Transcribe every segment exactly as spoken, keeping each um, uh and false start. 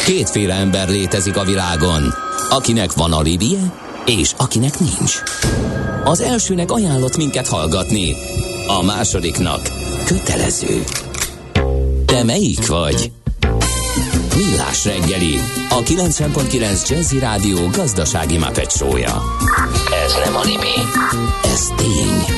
Kétféle ember létezik a világon, akinek van alibije, és akinek nincs. Az elsőnek ajánlott minket hallgatni, a másodiknak kötelező. Te melyik vagy? Millás reggeli, a kilencven pont kilenc Jazzy Rádió gazdasági Muppet show-ja. Ez nem anime, ez tény.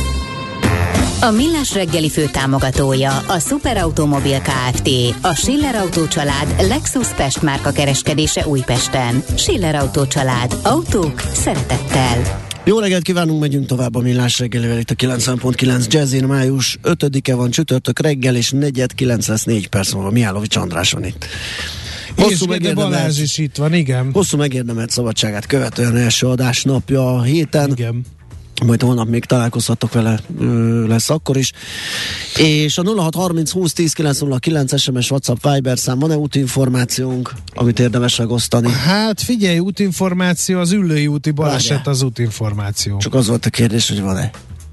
A Millás reggeli főtámogatója a Superautomobil Kft. A Schiller Autó család Lexus Pest márka kereskedése Újpesten. Schiller Autó család. Autók szeretettel. Jó reggelt kívánunk, megyünk tovább a Millás reggelivel itt a kilencven pont kilenc Jazzin. Május ötödike van, csütörtök reggel, és negyed kilenc lesz négy perc múlva. Mihálovics András van itt. Hosszú megérdemelt, Balázs is itt van, igen. Hosszú megérdemelt szabadságát követően első adásnapja a héten. Igen. Majd holnap még találkozhatok vele, ö, lesz akkor is. És a nulla hat harminc húsz tíz kilenc nulla kilenc es em es, WhatsApp, Viber szám, van-e útinformációnk, amit érdemes megosztani? Hát figyelj, útinformáció, az Üllői úti baleset az útinformáció. Csak az volt a kérdés, hogy van-e.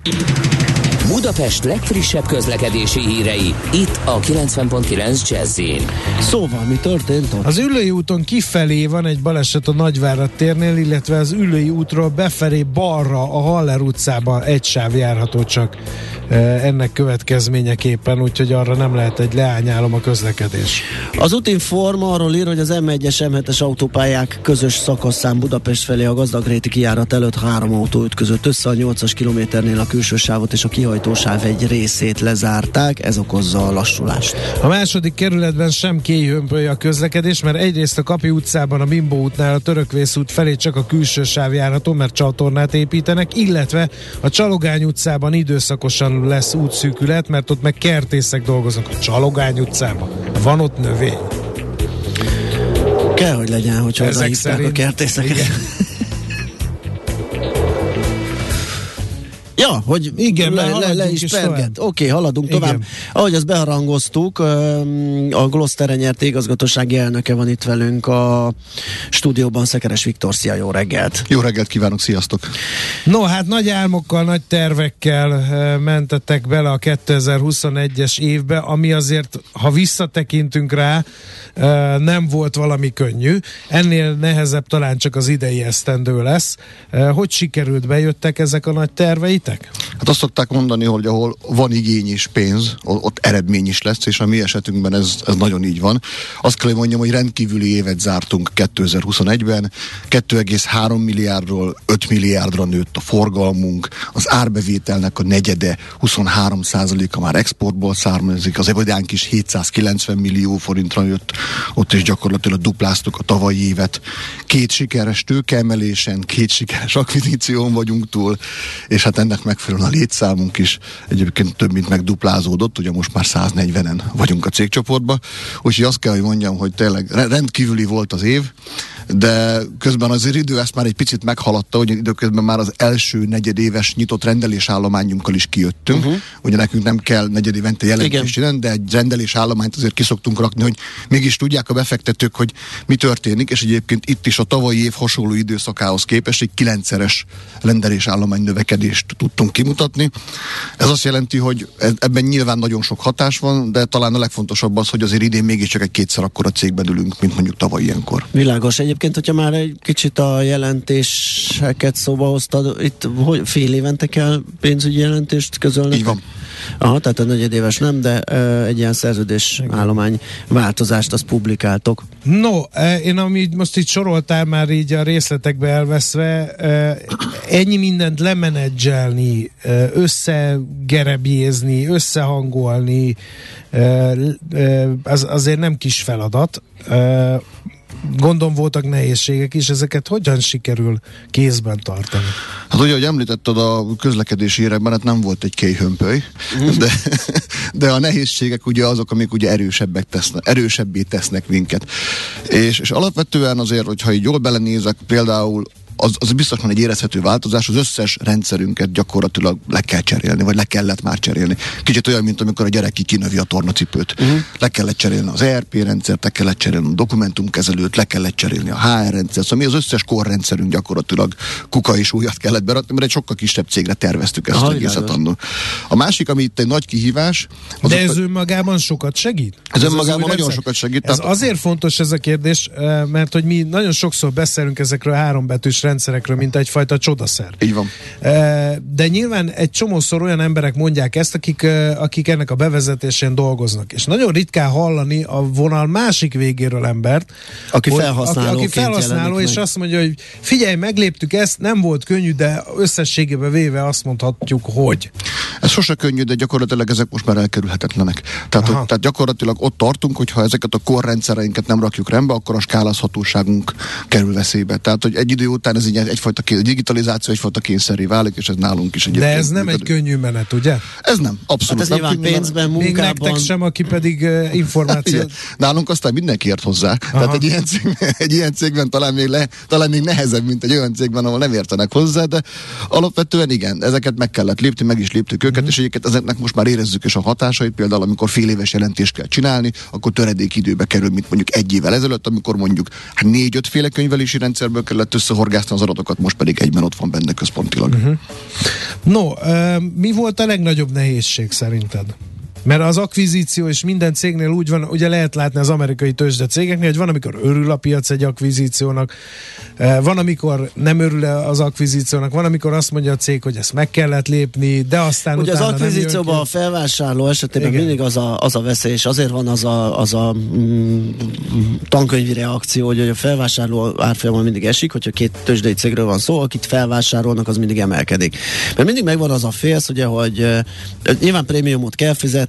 Budapest legfrissebb közlekedési hírei, itt a kilencven pont kilenc Jazzin. Szóval, mi történt ott? Az Üllői úton kifelé van egy baleset a Nagyvárad térnél, illetve az Üllői útról befelé balra a Haller utcában egy sáv járható csak ennek következményeképpen, úgyhogy arra nem lehet egy leányálom a közlekedés. Az Útinform arról ír, hogy az em egyes em hetes autópályák közös szakaszán Budapest felé a Gazdagréti kijárat előtt három autó ütközött össze, a nyolcas kilométernél a külső sávot és a kihajtósáv egy részét lezárták, ez okozza a lassulást. A második kerületben sem kéjhömpölj a közlekedés, mert egyrészt a Kapi utcában, a Bimbo útnál a Törökvész út felé csak a külső sáv járható, mert csatornát építenek, illetve a Csalogány utcában időszakosan lesz útszűkület, mert ott meg kertészek dolgoznak a Csalogány utcában. Van ott növény. Kell, hogy legyen, hogy hozzáhívták a kertészeket. Ja, hogy igen, le, le, le is perget. Oké, okay, haladunk igen. tovább. Ahogy azt beharangoztuk, a Gloster nyert igazgatósági elnöke van itt velünk a stúdióban, Szekeres Viktor. Szia, jó reggelt! Jó reggelt kívánok, sziasztok! No, hát nagy álmokkal, nagy tervekkel mentetek bele a kétezer-huszonegyes évbe, ami azért, ha visszatekintünk rá, nem volt valami könnyű. Ennél nehezebb talán csak az idei esztendő lesz. Hogy sikerült, bejöttek ezek a nagy terveitek? Hát azt szokták mondani, hogy ahol van igény és pénz, ott eredmény is lesz, és a mi esetünkben ez, ez nagyon így van. Azt kell, hogy mondjam, hogy rendkívüli évet zártunk kétezer-huszonegyben. kettő egész három milliárdról öt milliárdra nőtt a forgalmunk, az árbevételnek a negyede, huszonhárom százaléka már exportból származik, az ebedánk is hétszázkilencven millió forintra jött, ott is gyakorlatilag dupláztuk a tavalyi évet. Két sikeres tőkeemelésen, két sikeres akvizíción vagyunk túl, és hát ennek megfelelően a létszámunk is egyébként több mint megduplázódott, ugye most már száznegyvenen vagyunk a cégcsoportban, úgyhogy azt kell, hogy mondjam, hogy tényleg rendkívüli volt az év, de közben azért idő ezt már egy picit meghaladta, hogy időközben már az első negyedéves nyitott rendelésállományunkkal is kijöttünk, uh-huh. ugye nekünk nem kell negyedévente jelentést csinálni, de egy rendelésállományt azért ki szoktunk rakni, hogy mégis tudják a befektetők, hogy mi történik, és egyébként itt is a tavalyi év hasonló időszakához képest egy kilencszeres rendelésállomány növekedést tudtunk kimutatni. Ez azt jelenti, hogy ebben nyilván nagyon sok hatás van, de talán a legfontosabb az, hogy azért idén mégiscsak egy kétszer akkora cégben ülünk, mint mondjuk tavaly ilyenkor. Világos. Egyébként, hogyha már egy kicsit a jelentéseket szóba hoztad, itt hogy fél évente kell pénzügyi jelentést közölni? Így van. Aha, tehát a negyedéves nem, de uh, egy ilyen szerződés állomány változást azt publikáltok. No, én amit most itt soroltál már így a részletekbe elveszve, ennyi mindent lemenedzselni, összegerebjézni, összehangolni, az azért nem kis feladat. Gondolom voltak nehézségek is, ezeket hogyan sikerül kézben tartani? Hát ugye, ahogy említetted, a közlekedési érekben hát nem volt egy kéjhömpöly, mm. de, de a nehézségek ugye azok, amik ugye erősebbek tesznek, erősebbé tesznek minket. És, és alapvetően azért, hogyha így jól belenézek, például az, az biztosan egy érezhető változás, az összes rendszerünket gyakorlatilag le kell cserélni, vagy le kellett már cserélni. Kicsit olyan, mint amikor a gyerek ki kinövi a tornacipőt. Uh-huh. Le kellett cserélni az é er pé rendszert, le kellett cserélni a dokumentumkezelőt, le kellett cserélni a há er rendszert, szóval mi az összes korrendszerünk gyakorlatilag kuka és újat kellett berakni, mert egy sokkal kisebb cégre terveztük ezt az egészet annól. A másik, ami itt egy nagy kihívás... De ez önmagában sokat segít? Ez, ez önmagában nagyon rendszer? sokat segít. Ez tehát... azért fontos ez a kérdés, mert hogy mi nagyon sokszor beszélünk ezekről a hárombetűs rendszerekről, mint egyfajta csodaszer. Így van. De nyilván egy csomószor olyan emberek mondják ezt, akik, akik ennek a bevezetésén dolgoznak. És nagyon ritkán hallani a vonal másik végéről embert, aki felhasználó, aki felhasználó és meg. Azt mondja, hogy figyelj, megléptük ezt, nem volt könnyű, de összességében véve azt mondhatjuk, hogy. Ez sose könnyű, de gyakorlatilag ezek most már elkerülhetetlenek. Tehát, hogy, tehát gyakorlatilag ott tartunk, hogy ha ezeket a korrendszereinket nem rakjuk rendbe, akkor a skálázhatóságunk kerül veszélybe. Tehát, hogy egy idő után ez így egyfajta digitalizáció, egyfajta kényszerré válik, és ez nálunk is egyébként. De ez nem működik. Egy könnyű menet, ugye? Ez nem, abszolút hát ez nem. Nyilván pénzben, munkában. Még nektek sem, aki pedig uh, információt... Nálunk aztán mindenki ért hozzá. Aha. Tehát egy ilyen, cég, egy ilyen cégben talán még, le, talán még nehezebb, mint egy olyan cégben, ahol nem értenek hozzá, de alapvetően igen, ezeket meg kellett lépni, meg is léptük őket, mm. és egyébként ezeknek most már érezzük is a hatásait, például amikor fél éves jelentést kell csinálni, akkor töredék időbe kerül, mint mondjuk egy évvel ezelőtt, amikor mondjuk hát négy-öt féle könyvelési rendszerből kellett összehorgászni az adatokat, most pedig egyben ott van benne központilag. Mm-hmm. No, uh, mi volt a legnagyobb nehézség szerinted? Mert az akvizíció és minden cégnél úgy van, ugye lehet látni az amerikai tőzsde cégeknél, hogy van, amikor örül a piac egy akvizíciónak, van, amikor nem örül az akvizíciónak, van, amikor azt mondja a cég, hogy ezt meg kellett lépni, de aztán ugye utána az akvizícióban a felvásárló esetében igen. mindig az a, az a veszély, és azért van az a, az a mm, tankönyvi reakció, hogy a felvásárló árfolyama mindig esik, hogyha két tőzsdei cégről van szó, akit felvásárolnak, az mindig emelkedik. Mert mindig megvan az a félsz, ugye, hogy uh, nyilván prémiumot kell fizetni,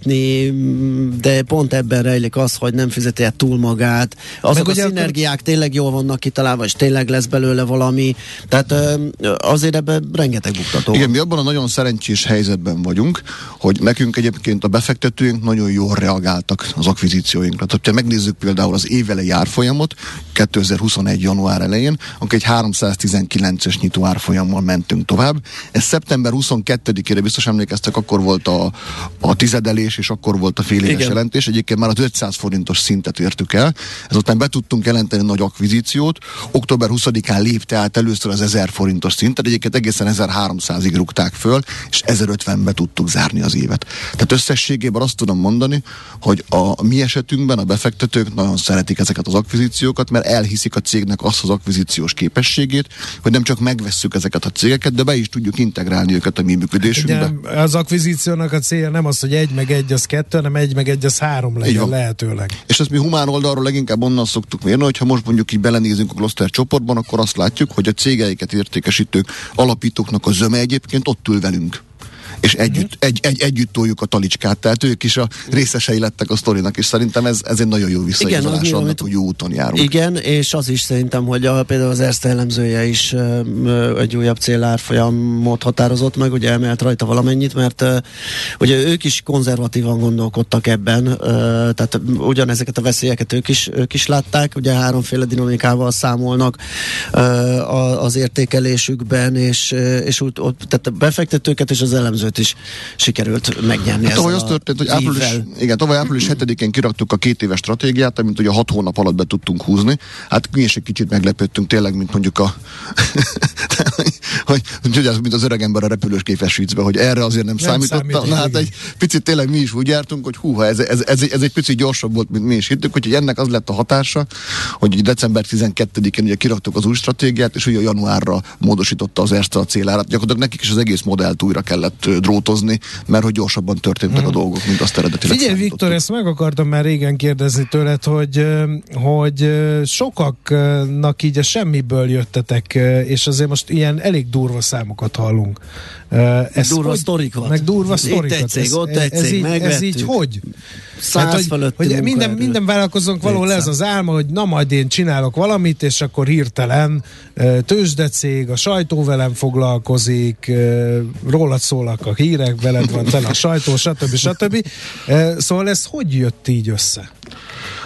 de pont ebben rejlik az, hogy nem fizeti el túl magát. Azok a szinergiák akkor... tényleg jól vannak kitalálva, és tényleg lesz belőle valami. Tehát azért ebben rengeteg buktató. Igen, mi abban a nagyon szerencsés helyzetben vagyunk, hogy nekünk egyébként a befektetőink nagyon jól reagáltak az akvizícióinkra. Tehát, ha megnézzük például az évelei árfolyamot, kétezer-huszonegy január elején, akkor egy háromszáztizenkilences nyitó árfolyammal mentünk tovább. Ez szeptember huszonkettedikére biztos emlékeztek, akkor volt a, a tizedelés, és akkor volt a fél éves jelentés. Egyébként már az ötszáz forintos szintet értük el. Ezután be tudtunk jelenteni nagy akvizíciót. október huszadikán lépte át először az ezer forintos szintet. Egyébként egészen ezerháromszázig rúgták föl, és ezerötvenbe tudtuk zárni az évet. Tehát összességében azt tudom mondani, hogy a mi esetünkben a befektetők nagyon szeretik ezeket az akvizíciókat, mert elhiszik a cégnek azt az akvizíciós képességét, hogy nem csak megvesszük ezeket a cégeket, de be is tudjuk integrálni őket a mi működésünkbe. De az akvizíciónak a célja nem az, hogy egy meg egy az kettő, hanem egy meg egy az három legyen lehetőleg. És ezt mi humán oldalról leginkább onnan szoktuk mérni, hogyha most mondjuk így belenézünk a Gloster csoportban, akkor azt látjuk, hogy a cégeiket értékesítők, alapítóknak a zöme egyébként ott ül velünk. És együtt, egy, egy, együtt toljuk a talicskát, tehát ők is a részesei lettek a sztorinak, és szerintem ez, ez egy nagyon jó visszaigazolás annak, hogy jó úton járunk. Igen, és az is szerintem, hogy a, például az Erste elemzője is ö, egy újabb célárfolyamot határozott meg, ugye emelt rajta valamennyit, mert ö, ugye ők is konzervatívan gondolkodtak ebben, ö, tehát ugyanezeket a veszélyeket ők is, ők is látták, ugye háromféle dinamikával számolnak ö, a, az értékelésükben, és, és úgy, ott, tehát a befektetőket és az elemzőt is sikerült megnyerni. Hát tavaly az történt, hogy április, igen, tavaly április hetedikén kiraktuk a két éves stratégiát, amit ugye hat hónap alatt be tudtunk húzni. Hát mi is egy kicsit meglepődtünk tényleg, mint mondjuk a hogy, hogy mint az öreg ember a repülős képes viccbe, hogy erre azért nem, nem számítottam. Na hát egy picit tényleg mi is úgy jártunk, hogy húha, ez, ez, ez, ez egy picit gyorsabb volt, mint mi is hittük, hogy ennek az lett a hatása, hogy december tizenkettedikén ugye kiraktuk az új stratégiát, és ugye januárra módosította az Erste a célárat. Gyakorlatilag nekik is az egész modellt újra kellett drótozni, mert hogy gyorsabban történtek hmm. a dolgok, mint azt eredetileg Figyelj, Viktor, ezt meg akartam már régen kérdezni tőled, hogy, hogy sokaknak így a semmiből jöttetek, és azért most ilyen elég durva számokat hallunk. Ez durva hogy, sztorikat. Meg durva sztorikat. Itt egy cég, ott egy ez, cég, ez, ez így hogy? Hát, hogy, hogy minden, minden vállalkozónk valahol ez az álma, hogy na majd én csinálok valamit, és akkor hirtelen tőzsdecég, a sajtó velem foglalkozik, rólad szólak a hírek, veled van tele a sajtó, stb. stb. Szóval ez hogy jött így össze?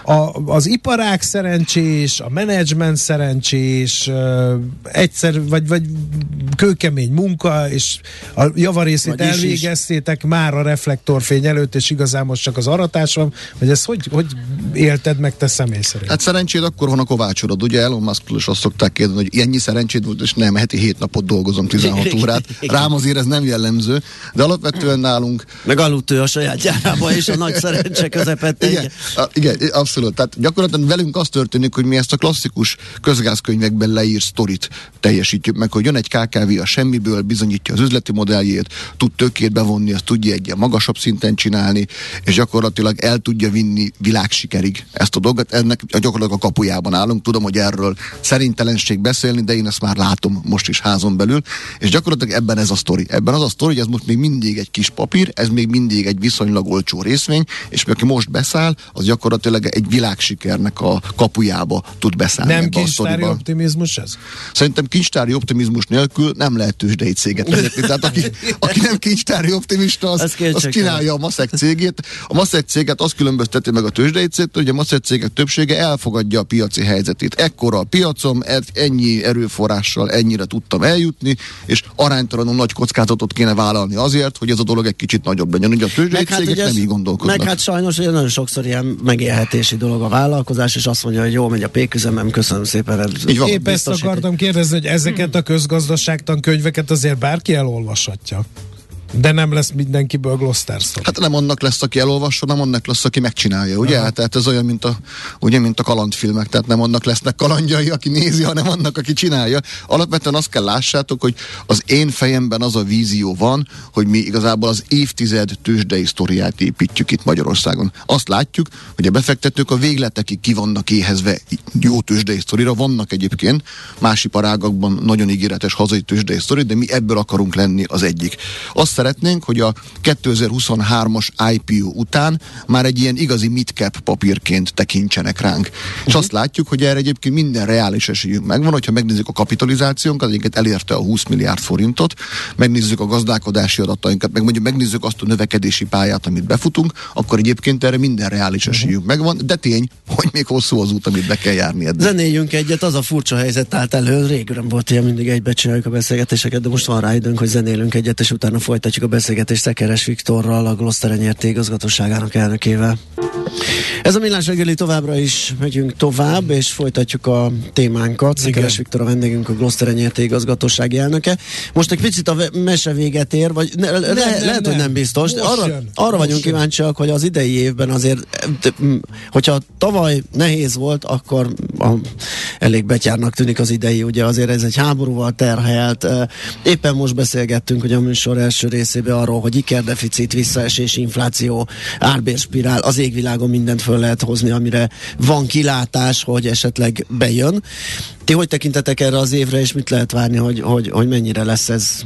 a, az iparág szerencsés, a menedzsment szerencsés, egyszer, vagy, vagy kőkemény munka, és a javarészét elvégeztétek már a reflektorfény előtt, és igazán most csak az aratás van, vagy ezt hogy, hogy élted meg te személy szerint? Hát szerencséd akkor van a kovácsolod, ugye Elon Musk-tól is azt szokták kérdeni, hogy ennyi szerencséd volt, és nem, heti hét napot dolgozom, tizenhat órát. Rám azért ez nem jellemző, de alapvetően nálunk... Meg aludt ő a saját gyárába, és a nagy szerencse közepette. Igen, a, igen, abszolút. Tehát gyakorlatilag velünk az történik, hogy mi ezt a klasszikus közgázkönyvekben leír sztorit teljesítjük meg, hogy jön egy ká ká vé a semmiből, bizonyítja az üzleti modelljét, tud tőkét bevonni, azt tudja egy ilyen magasabb szinten csinálni, és gyakorlatilag el tudja vinni világsikerig ezt a dolgot. Ennek gyakorlatilag a kapujában állunk. Tudom, hogy erről szerintelenség beszélni, de én ezt már látom most is házon belül, és gyakorlatilag ebben ez a sztori. Ebben az a sztori, hogy ez most még mindig egy kis papír, ez még mindig egy viszonylag olcsó részvény, és aki most beszáll, az gyakorlatilag egy világsikernek a kapujába tud beszállni. Nem kincstári optimizmus ez? Szerintem kincstári optimizmus nélkül nem lehet tőzsdei céget vezetni. Tehát aki, aki nem kincstári optimista, az, az csinálja a maszek cégét. A maszek céget azt különbözteti meg a tőzsdei cégtől, hogy a maszek cégek többsége elfogadja a piaci helyzetét. Ekkora a piacom, ennyi erőforrással ennyire tudtam eljutni, és aránytalanul nagy kockázatot kéne vállalni azért, hogy ez a dolog egy kicsit nagyobb legyen. Ugye a tőzsdei hát cégek nem így gondolkodnak. Meg hát sajnos ugye nagyon sokszor ilyen megélhetési dolog a vállalkozás, és azt mondja, hogy jó, megy a péküzemem, köszönöm szépen. Épp ezt akartam kérdezni, hogy ezeket a közgazdaságtan könyveket azért bárki elolvashatja. De nem lesz mindenkiből Gloster szó. Hát nem annak lesz, aki elolvassa, nem annak lesz, aki megcsinálja, ugye? Aha. Tehát ez olyan, mint a, ugye, mint a kalandfilmek, tehát nem annak lesznek kalandjai, aki nézi, hanem annak, aki csinálja. Alapvetően azt kell lássátok, hogy az én fejemben az a vízió van, hogy mi igazából az évtized tőzsdei sztoriát építjük itt Magyarországon. Azt látjuk, hogy a befektetők a végletekig ki vannak éhezve jó tőzsdei sztorira, vannak egyébként más iparágakban nagyon ígéretes hazai tőzsdei sztori, de mi ebből akarunk lenni az egyik. Azt szeretnénk, hogy a kétezer-huszonhármas i pé o után már egy ilyen igazi mid-cap papírként tekintsenek ránk. Uh-huh. És azt látjuk, hogy erre egyébként minden reális esélyünk megvan, hogyha megnézzük a kapitalizációnkat, egyébként elérte a húsz milliárd forintot, megnézzük a gazdálkodási adatainkat, meg mondjuk megnézzük azt a növekedési pályát, amit befutunk, akkor egyébként erre minden reális esélyünk uh-huh. megvan, de tény, hogy még hosszú az út, amit be kell járni eddig. Zenéljünk egyet, az a furcsa helyzet állt elő, régen volt ilyen, mindig egybe csináljuk a beszélgetéseket, de most van rá időnk, hogy zenélünk egyet, és utána folytatjuk a beszélgetést Szekeres Viktorral, a Gloster Enyerté igazgatóságának elnökével. Ez a Millás reggeli, továbbra is megyünk tovább, és folytatjuk a témánkat. Szekeres Viktor a vendégünk, a Gloster Enyerté igazgatósági elnöke. Most egy picit a mese véget ér, vagy ne, nem, le, nem, lehet, nem. hogy nem biztos. Arra, jön, arra vagyunk jön. kíváncsiak, hogy az idei évben azért, hogyha tavaly nehéz volt, akkor a, elég betyárnak tűnik az idei, ugye azért ez egy háborúval terhelt. Éppen most beszélgettünk, hogy a műsor első részében arról, hogy ikerdeficit, visszaesés, infláció, árbérspirál, az égvilágon mindent föl lehet hozni, amire van kilátás, hogy esetleg bejön. Ti hogy tekintetek erre az évre, és mit lehet várni, hogy, hogy, hogy mennyire lesz ez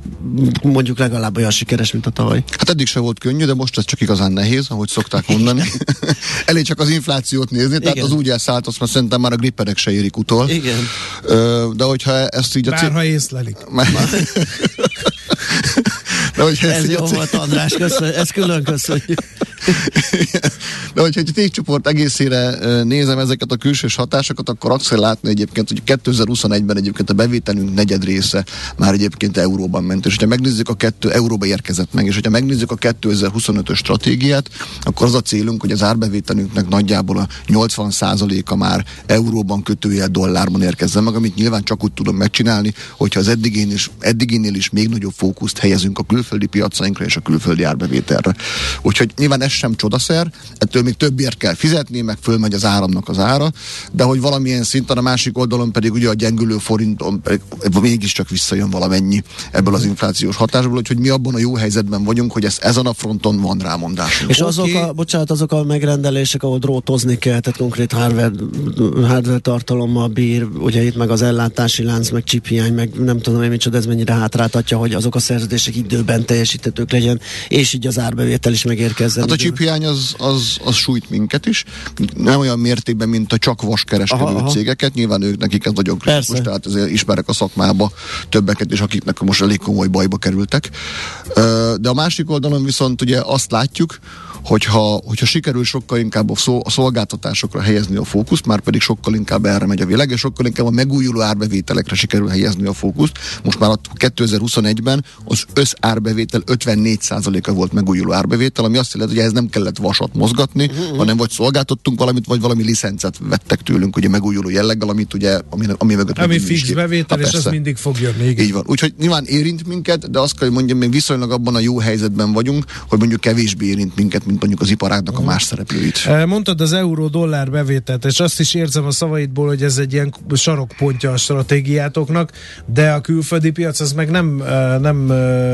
mondjuk legalább olyan sikeres, mint a tavaly? Hát eddig se volt könnyű, de most ez csak igazán nehéz, ahogy szokták mondani. Elég csak az inflációt nézni, tehát igen. Az úgy elszállt, azt már szerintem már a gripperek se érik utol. Igen. De hogyha ezt így... Bárha cél... észlelik. De hogyha ez jó cél... volt, András, köszönjük, ezt külön köszönjük. De hogyha egy tétcsoport egészére nézem ezeket a külsős hatásokat, akkor azt kell látni egyébként, hogy kétezer-huszonegyben egyébként a bevételünk negyed része már egyébként euróban ment. És hogyha megnézzük a kettő, euróba érkezett meg, és hogyha megnézzük a kétezer-huszonötös stratégiát, akkor az a célunk, hogy az árbevételünknek nagyjából a nyolcvan százaléka már euróban, kötőjel dollárban érkezzen meg, amit nyilván csak úgy tudom megcsinálni, hogyha az eddigén is, eddiginél is még nagyobb fókuszt helyezünk a külföldi piacainkra és a külföldi árbevételre. Úgyhogy nyilván ez sem csodaszer, ettől még többért kell fizetni, meg fölmegy az áramnak az ára, de hogy valamilyen szinten a másik oldalon pedig ugye a gyengülő forinton mégiscsak visszajön valamennyi ebből az inflációs hatásból, úgyhogy mi abban a jó helyzetben vagyunk, hogy ez, ezen a fronton van rámondásunk. És azok a, bocsánat, azok a megrendelések, ahol drótozni kell, tehát konkrét hardware, hardware tartalommal bír, ugye itt meg az ellátási lánc, meg chiphiány, meg nem tudom én micsoda, ez mennyire hátráltatja, hogy azok a szerződések időben teljesíthetők legyen, és így az árbevétel is megérkezzen. Hát a chiphiány az, az, az sújt minket is, nem olyan mértékben, mint a csak vaskereskedő aha, cégeket, nyilván ők nekik ez nagyon kritikus, tehát ezért ismerek a szakmába többeket is, akiknek most elég komoly bajba kerültek. De a másik oldalon viszont ugye azt látjuk, hogyha, hogyha sikerül sokkal inkább a, szol, a szolgáltatásokra helyezni a fókuszt, már pedig sokkal inkább erre megy a világ, és sokkal inkább a megújuló árbevételekre sikerül helyezni a fókuszt. Most már a kétezer-huszonegyben az összárbevétel ötvennégy százaléka volt megújuló árbevétel, ami azt jelenti, hogy ez nem kellett vasat mozgatni, uh-huh. hanem vagy szolgáltattunk valamit, vagy valami licencet vettek tőlünk, ugye megújuló jelleggel, amit ugye, ami, ami mögött ami fix bevétel, és az mindig fog jönni. Igen. Így van. Úgyhogy nyilván érint minket, de azt kell, hogy mondjam, még viszonylag abban a jó helyzetben vagyunk, hogy mondjuk kevésbé érint minket, mint mondjuk az iparágnak a más szereplőit. Mondtad az euró-dollár bevételt, és azt is érzem a szavaidból, hogy ez egy ilyen sarokpontja a stratégiátoknak, de a külföldi piac az meg nem, nem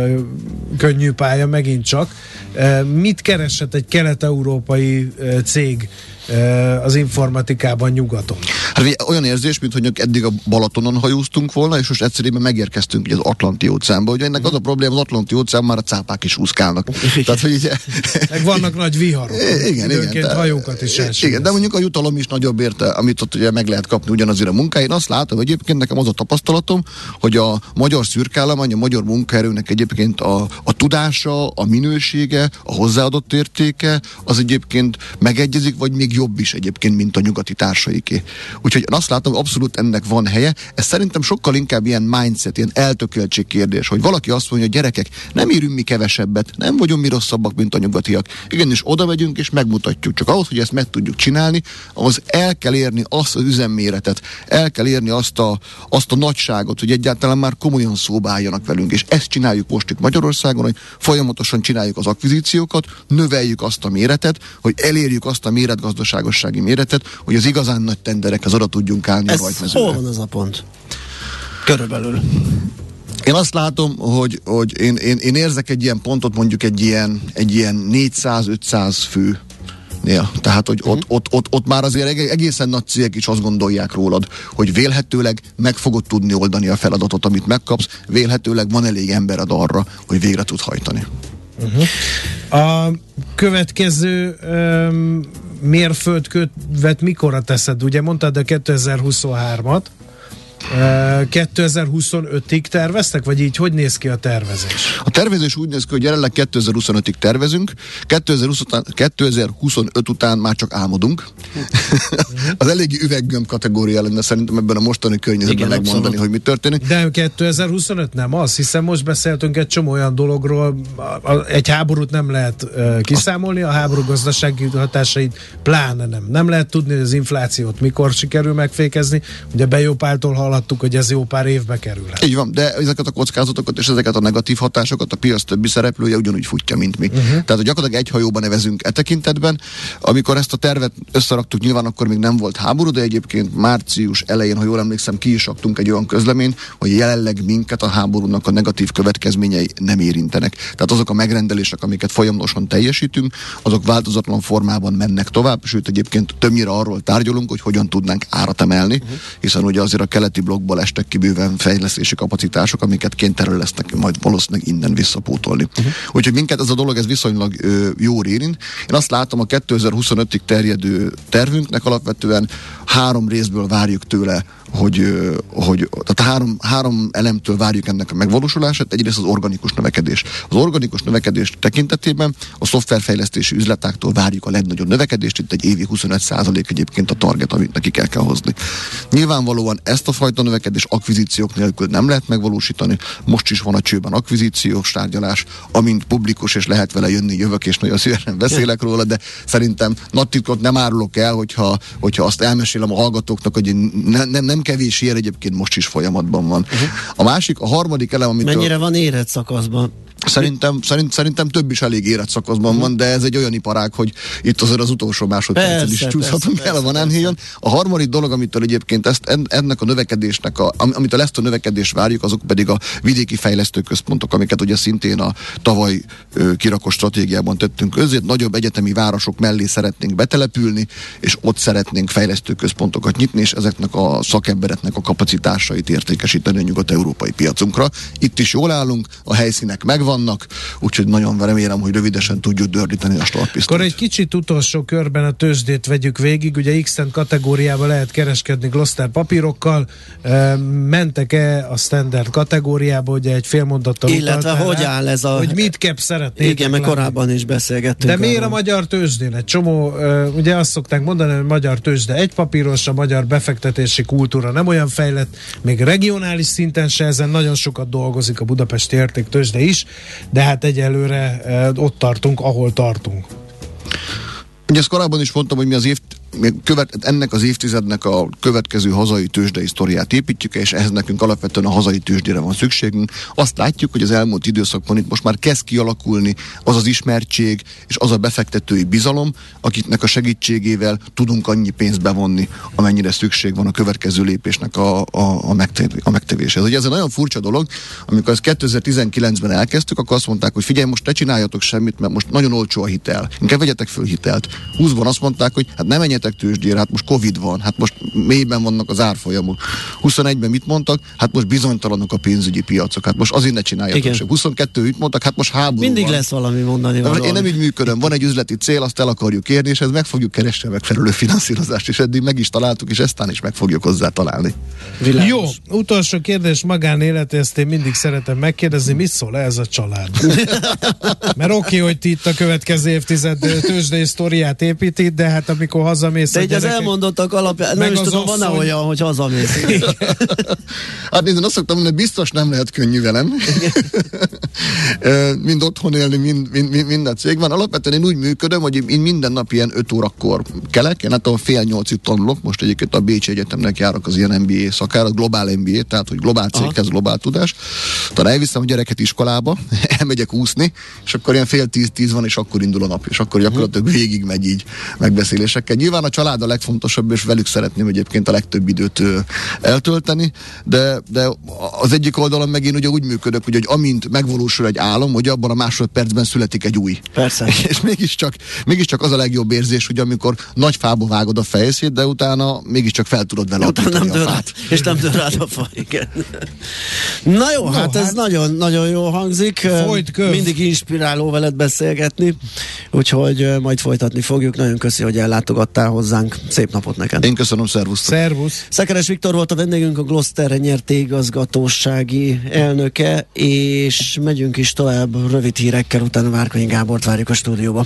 könnyű pálya megint csak. Mit keresett egy kelet-európai cég az informatikában nyugaton? Hát olyan érzés, mint hogy eddig a Balatonon hajóztunk volna, és most egyszerűen megérkeztünk ugye az Atlanti óceánba. Ugye ennek az a probléma, az Atlanti óceán már a cápák is úszkálnak. Tehát, hogy ugye... Meg vannak nagy viharok. Igen, igen. De, hajókat is elsőbb. Igen, de mondjuk a jutalom is nagyobb érte, amit ott ugye meg lehet kapni ugyanazért a munkáért. Én azt látom, hogy egyébként nekem az a tapasztalatom, hogy a magyar szürkállomány, a magyar munkaerőnek egyébként a, a tudása, a minősége, a hozzáadott értéke, az egyébként megegyezik, vagy még jobb is egyébként, mint a nyugati társaiké. Úgyhogy én azt látom, hogy abszolút ennek van helye. Ez szerintem sokkal inkább ilyen mindset, ilyen eltökéltség kérdés, hogy valaki azt mondja, hogy gyerekek, nem érünk mi kevesebbet, nem vagyunk mi rosszabbak, mint a nyugatiak. Igenis oda megyünk és megmutatjuk. Csak ahhoz, hogy ezt meg tudjuk csinálni, ahhoz el kell érni azt az üzemméretet, el kell érni azt a, azt a nagyságot, hogy egyáltalán már komolyan szóba álljanak velünk. És ezt csináljuk most itt Magyarországon, hogy folyamatosan csináljuk az akvizíciókat, növeljük azt a méretet, hogy elérjük azt a méretgazdaságossági méretet, hogy az igazán nagy tenderekhez oda tudjunk állni ez a rajtmezőre. Hol van az a pont? Körülbelül. Én azt látom, hogy, hogy én, én, én érzek egy ilyen pontot, mondjuk egy ilyen, egy ilyen négyszáz-ötszáz fő. Ja, tehát, hogy ott, ott, ott, ott már azért egészen nagy cégek is azt gondolják rólad, hogy vélhetőleg meg fogod tudni oldani a feladatot, amit megkapsz, vélhetőleg van elég embered arra, hogy végre tud hajtani. Uh-huh. A következő um, mérföldkövet mikorra teszed? Ugye mondtad a kétezer-huszonhármat, uh, kétezer-huszonötig terveztek, vagy így hogy néz ki a tervezés? A tervezés úgy néz ki, hogy jelenleg kétezer-huszonötig tervezünk, kétezer-huszonöt után már csak álmodunk. Az eléggé üveggömb kategória lenne szerintem ebben a mostani környezetben megmondani, abszolút, hogy mi történik. De kétezer-huszonöt nem az, hiszen most beszéltünk egy csomó olyan dologról, egy háborút nem lehet uh, kiszámolni, a háború gazdasági hatásait pláne nem. Nem lehet tudni, hogy az inflációt mikor sikerül megfékezni. Ugye Bejópáltól hallhattuk, hogy ez jó pár évbe kerül. Így van, de ezeket a kockázatokat és ezeket a negatív hatásokat a piac többi szereplője ugyanúgy futja, mint mi. Uh-huh. Tehát, hogy gyakorlatilag egy hajóba nevezünk e tekintetben. Amikor ezt a tervet összeraktuk, nyilván akkor még nem volt háború, de egyébként március elején, ha jól emlékszem, ki is raktunk egy olyan közleményt, hogy jelenleg minket a háborúnak a negatív következményei nem érintenek. Tehát azok a megrendelések, amiket folyamatosan teljesítünk, azok változatlan formában mennek tovább, sőt egyébként többnyire arról tárgyalunk, hogy hogyan tudnánk árat emelni, uh-huh. hiszen ugye azért a keleti blokkból estek ki bőven fejlesztési kapacitások, amiket kénytelen lesznek majd valószínűleg innen visszapótolni. Uh-huh. Úgyhogy minket ez a dolog ez viszonylag ö, jól érint. Én azt látom, a kétezer-huszonötig terjedő tervünknek alapvetően három részből várjuk tőle, hogy, hogy tehát három, három elemtől várjuk ennek a megvalósulását. Egyrészt az organikus növekedés. Az organikus növekedés tekintetében a szoftverfejlesztési üzletáktól várjuk a legnagyobb növekedést, itt egy évi huszonöt százalék egyébként a target, amit nekik el kell hozni. Nyilvánvalóan ezt a fajta növekedés akvizíciók nélkül nem lehet megvalósítani. Most is van a csőben akvizíciós tárgyalás, amint publikus és lehet vele jönni, jövök és nagyon szívesen beszélek róla, de szerintem nagy titkot nem árulok el, hogyha, hogyha azt elmesélem a hallgatóknak, hogy ne, nem, nem kevés ilyen egyébként most is folyamatban van. Uh-huh. A másik, a harmadik elem, amit... Mennyire van érett szakaszban? Szerintem, szerint, szerintem több is elég érett szakaszban uh-huh. van, de ez egy olyan iparág, hogy itt azért az utolsó másodpercen is csúszhatunk el a banánhéjon. A harmadik dolog, amitől egyébként ezt, ennek a növekedésnek, a, amitől ezt a növekedést várjuk, azok pedig a vidéki fejlesztőközpontok, amiket ugye szintén a tavaly ö, kirakott stratégiában tettünk közé. Nagyobb egyetemi városok mellé szeretnénk betelepülni, és ott szeretnénk fejlesztőközpontokat nyitni, és ezeknek a szakembereknek a kapacitásait értékesíteni a nyugat-európai piacunkra. Itt is jól állunk, a helyszínek megvan, vannak, úgyhogy nagyon remélem, hogy rövidesen tudjuk dördíteni a startpisztolyt. Akkor egy kicsit utolsó körben a tőzsdét vegyük végig, ugye X-Tent kategóriában lehet kereskedni Gloster papírokkal, mentek-e a standard kategóriába, ugye egy fél mondattal illetve hogy rá, áll ez a... hogy mit cap szeretnétek. Igen, mert korábban is beszélgettünk. De miért arról a magyar tőzsdén? Egy csomó, ugye azt szokták mondani, hogy magyar tőzsde egypapíros, a magyar befektetési kultúra nem olyan fejlett, még regionális szinten se, ezen nagyon sokat dolgozik a budapesti értéktőzsde is, de hát egyelőre ott tartunk, ahol tartunk. Ugye ezt korábban is mondtam, hogy mi az év, követ, ennek az évtizednek a következő hazai tőzsdei sztoriát építjük, és ehhez nekünk alapvetően a hazai tőzsdére van szükségünk. Azt látjuk, hogy az elmúlt időszakban itt most már kezd kialakulni az az ismertség és az a befektetői bizalom, akiknek a segítségével tudunk annyi pénzt bevonni, amennyire szükség van a következő lépésnek a, a, a, megtev, a megtevéshez. Ugye ez egy nagyon furcsa dolog, amikor ezt kétezer-tizenkilencben elkezdtük, akkor azt mondták, hogy figyelj, most ne csináljatok semmit, mert most nagyon olcsó a hitel. Inkább vegyetek föl hitelt. húszban azt mondták, hogy hát nem menjetek tőzsdére, hát most Covid van, hát most mélyben vannak az árfolyamok. huszonegyben mit mondtak? Hát most bizonytalanok a pénzügyi piacok, hát most azért ne csináljatok sem. huszonkettő mit mondtak? Hát most háború mindig van. Lesz valami mondani valami. Én nem így működöm, van egy üzleti cél, azt el akarjuk érni, és ez meg fogjuk keresni a megfelelő finanszírozást, és eddig meg is találtuk, és eztán is meg fogjuk hozzá találni. Világos. Jó, utolsó kérdés, magánélet, ezt én mindig szeretem megkérdezni, mit szól ez a család? Mert oké, okay, hogy ti itt a következő évtized tőzsdei sztoriát építi, de hát amikor hazamész... De így az elmondottak alapján, nem is tudom, van-e olyan, hogy hazamész. Hát nézd, azt szoktam mondani, biztos nem lehet könnyű velem. mind otthon élni, mind, mind, mind, mind a cégben. Alapvetően én úgy működöm, hogy én minden nap ilyen öt órakor kelek, én hát a fél nyolcig tanulok, most egyébként a Bécsi Egyetemnek járok az ilyen em bé á szakára, globál em bé á, tehát hogy globál céghez, globál tudás. Talán elviszem a gyereket iskolába, elmegyek úszni, és akkor ilyen fél tíz-tíz van, és akkor indul a nap, és akkor gyakorlatilag végig megy így megbeszélésekkel. Nyilván a család a legfontosabb, és velük szeretném egyébként a legtöbb időt ö, eltölteni, de, de az egyik oldalon meg én ugye úgy működök, hogy, hogy amint megvalósul egy álom, hogy abban a másodpercben születik egy új. Persze. És mégiscsak, mégiscsak az a legjobb érzés, hogy amikor nagy fába vágod a fejszét, de utána mégiscsak fel tudod vele nem a fát. És nem dől rád a fa, igen. Na jó, no, hát ez hát nagyon, nagyon jól hangzik. Mindig inspiráló veled beszélgetni, úgyhogy majd folytatni fogjuk. Nagyon köszi, hogy ellátogattál hozzánk. Szép napot neked. Én köszönöm, szervusz. Szervusz. Szekeres Viktor volt a vendégünk, a Gloster nyertéigazgatósági elnöke, és megyünk is tovább rövid hírekkel, utána Várkonyi Gábort várjuk a stúdióba.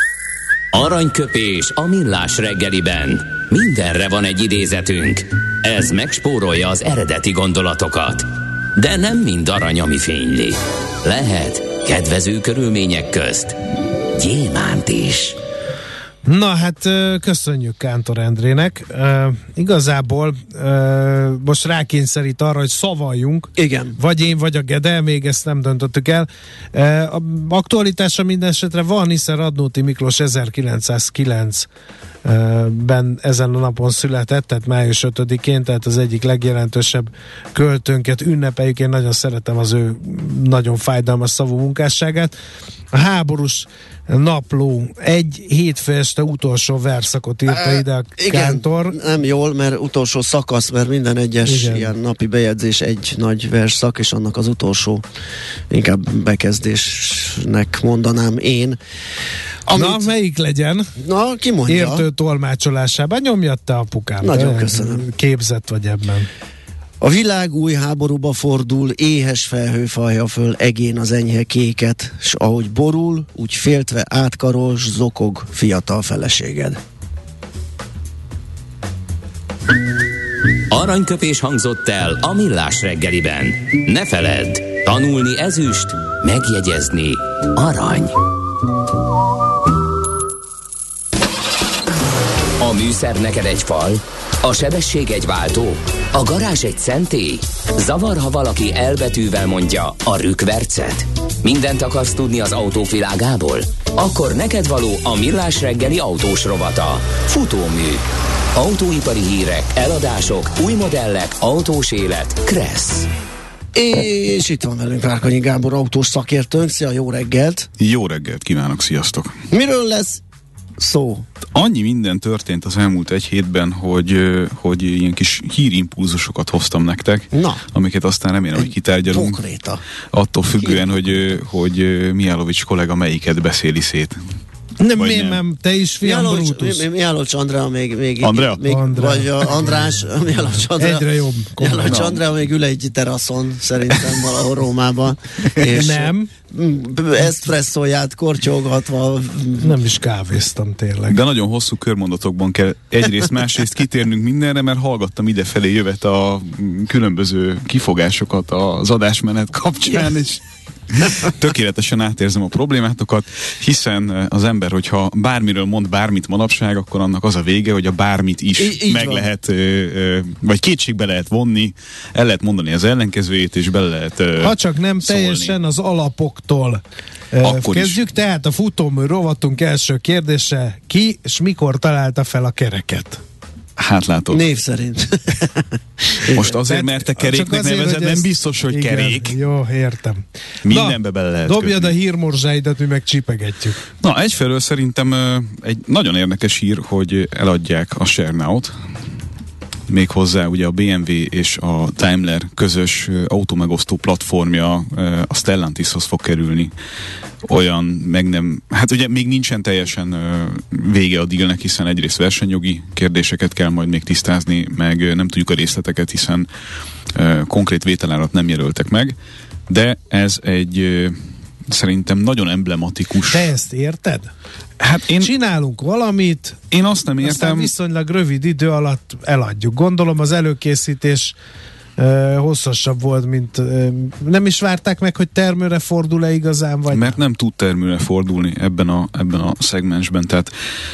Aranyköpés a millás reggeliben. Mindenre van egy idézetünk. Ez megspórolja az eredeti gondolatokat. De nem mind arany, ami fényli. Lehet kedvező körülmények közt gyémánt is. Na hát köszönjük Kántor Endrének. Uh, igazából uh, most rákényszerít arra, hogy szavaljunk. Igen. Vagy én, vagy a Gede, még ezt nem döntöttük el. Uh, a aktualitása minden esetre van, hiszen Radnóti Miklós ezerkilencszázkilenc ben ezen a napon született, tehát május ötödikén, tehát az egyik legjelentősebb költőnket ünnepeljük. Én nagyon szeretem az ő nagyon fájdalmas szavú munkásságát. A háborús napló egy hétfő este utolsó verszakot írta e, ide a igen, Kántor. Nem jól, mert utolsó szakasz, mert minden egyes igen. ilyen napi bejegyzés egy nagy versszak, és annak az utolsó inkább bekezdésnek mondanám én. Amit, na, melyik legyen? Na, ki mondja? Értő tolmácsolásában nyomjatta apukám. Nagyon köszönöm. Képzett vagy ebben. A világ új háborúba fordul, éhes felhő fajja föl egén az enyhe kéket, s ahogy borul, úgy féltve átkarol, s zokog fiatal feleséged. Aranyköpés hangzott el a millás reggeliben. Ne feledd, tanulni ezüst, megjegyezni arany. A műszer neked egy fal, a sebesség egy váltó, a garázs egy szentély. Zavar, ha valaki elbetűvel mondja a rükvercet. Mindent akarsz tudni az autók világából? Akkor neked való a millás reggeli autós rovata. Futómű. Autóipari hírek, eladások, új modellek, autós élet. Kressz. És itt van velünk Várkonyi Gábor, autós szakértőnk. Szia, jó reggelt! Jó reggelt kívánok, sziasztok! Miről lesz szó? annyi minden történt az elmúlt egy hétben, hogy, hogy ilyen kis hírimpulzusokat hoztam nektek, Na. amiket aztán remélem, hogy kitárgyalunk. Konkréta. Attól függően, hogy, hogy Mihálovics kollega melyiket beszéli szét. Nem, Vagy miért nem? nem? Te is fiam Brutus. Mihálovics Andrea még, még, Andrea? még Andrea. vagy a András, Mihálovics Andrea. Egyre jobb. Mihálovics Andrea még ül egy teraszon, szerintem valahol Rómában. És Nem. eszpresszóját kortyolgatva. Nem is kávéztam tényleg. De nagyon hosszú körmondatokban kell egyrészt, másrészt kitérnünk mindenre, mert hallgattam idefelé jövet a különböző kifogásokat az adásmenet kapcsán, és tökéletesen átérzem a problémátokat, hiszen az ember, hogyha bármiről mond bármit manapság, akkor annak az a vége, hogy a bármit is I- így meg van. lehet, vagy kétségbe lehet vonni, el lehet mondani az ellenkezőjét, és bele lehet Ha csak nem szólni. teljesen az alapoktól Akkor kezdjük, is. tehát a futómű rovatunk első kérdése: ki és mikor találta fel a kereket? Hát látod. Név szerint. Most azért, Tehát mert te csak keréknek azért, nevezed, hogy nem ezt- biztos, hogy igen, kerék. Jó, értem. Mindenbe bele lehet Dobjad kötni. a hírmorzsáidat, mi meg csipegetjük. Na, egyfelől szerintem ö, egy nagyon érdekes hír, hogy eladják a ShareNow-t, méghozzá ugye a bé em vé és a Daimler közös ö, autómegosztó platformja ö, a Stellantishoz fog kerülni. Olyan meg nem, hát ugye még nincsen teljesen ö, vége a dealnek, hiszen egyrészt versenyjogi kérdéseket kell majd még tisztázni, meg ö, nem tudjuk a részleteket, hiszen ö, konkrét vételárat nem jelöltek meg, de ez egy ö, szerintem nagyon emblematikus. Te ezt érted? Hát én, Csinálunk valamit, én azt nem aztán értem. viszonylag rövid idő alatt eladjuk. Gondolom az előkészítés uh, hosszasabb volt, mint uh, nem is várták meg, hogy termőre fordul-e igazán, vagy Mert nem tud termőre fordulni ebben a, ebben a szegmensben, tehát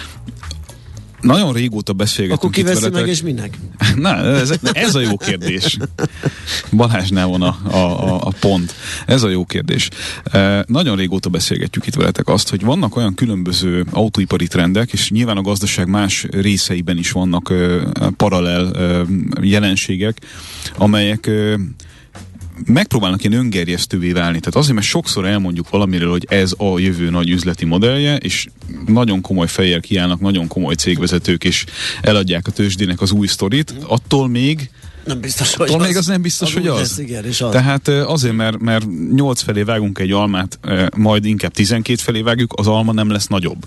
nagyon régóta beszélgetünk. Akkor kiveszi itt veletek. meg, és minek? Na, ez, ez a jó kérdés. Balázsnál van a, a, a, a pont. Ez a jó kérdés. E, nagyon régóta beszélgetjük itt veletek azt, hogy vannak olyan különböző autóipari trendek, és nyilván a gazdaság más részeiben is vannak e, paralel e, jelenségek, amelyek e, megpróbálnak ilyen öngerjesztővé válni. Tehát azért, mert sokszor elmondjuk valamiről, hogy ez a jövő nagy üzleti modellje, és nagyon komoly fejjel kiállnak, nagyon komoly cégvezetők, és eladják a tőzsdének az új sztorit, attól még Nem biztos, hogy attól az. még az nem biztos, az hogy úgy az. lesz, igen, és az. Tehát azért, mert, mert nyolc felé vágunk egy almát, majd inkább tizenkét felé vágjuk, az alma nem lesz nagyobb.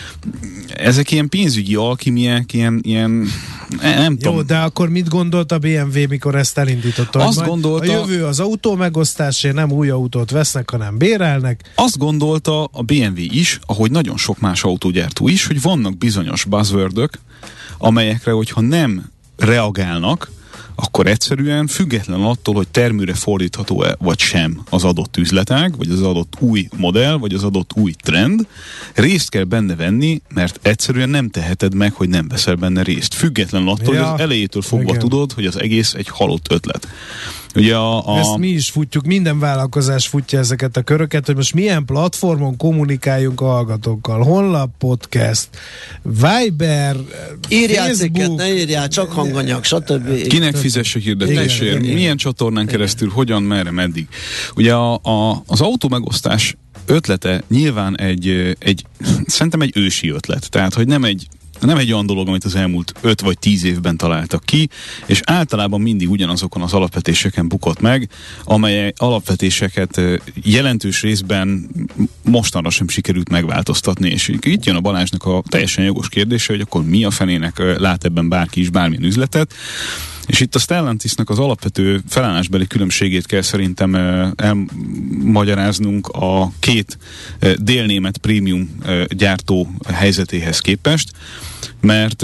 Ezek ilyen pénzügyi alkimiák, ilyen, ilyen nem Jó, tudom. de akkor mit gondolt a bé em vé, mikor ezt elindította? Azt Hogy majd gondolta- a jövő az autó megosztásé, nem új autót vesznek, hanem bérelnek. Azt gondolta a bé em vé is, ahogy nagyon sok más autógyártó is, hogy vannak bizonyos buzzwordök, amelyekre, hogyha nem reagálnak, akkor egyszerűen független attól, hogy termőre fordítható-e vagy sem az adott üzletág, vagy az adott új modell, vagy az adott új trend, részt kell benne venni, mert egyszerűen nem teheted meg, hogy nem veszel benne részt. Független attól, Ja, hogy az elejétől fogva igen. tudod, hogy az egész egy halott ötlet. Ugye a, a... Ezt mi is futjuk, minden vállalkozás futja ezeket a köröket, hogy most milyen platformon kommunikáljunk a hallgatókkal. Honlap, podcast, Viber, Írjál cikket, Facebook. ne írjál, csak hanganyag, stb. Kinek fizesse hirdetésért, Igen, igen. milyen csatornán keresztül, hogyan, merre, meddig. Ugye a, a, az autómegosztás ötlete nyilván egy, egy, szerintem egy ősi ötlet. Tehát, hogy nem egy nem egy olyan dolog, amit az elmúlt öt vagy tíz évben találtak ki, és általában mindig ugyanazokon az alapvetéseken bukott meg, amely alapvetéseket jelentős részben mostanra sem sikerült megváltoztatni, és itt jön a Balázsnak a teljesen jogos kérdése, hogy akkor mi a fenének lát ebben bárki is bármilyen üzletet. És itt a Stellantisnak az alapvető felállásbeli különbségét kell szerintem elmagyaráznunk a két délnémet prémium gyártó helyzetéhez képest, mert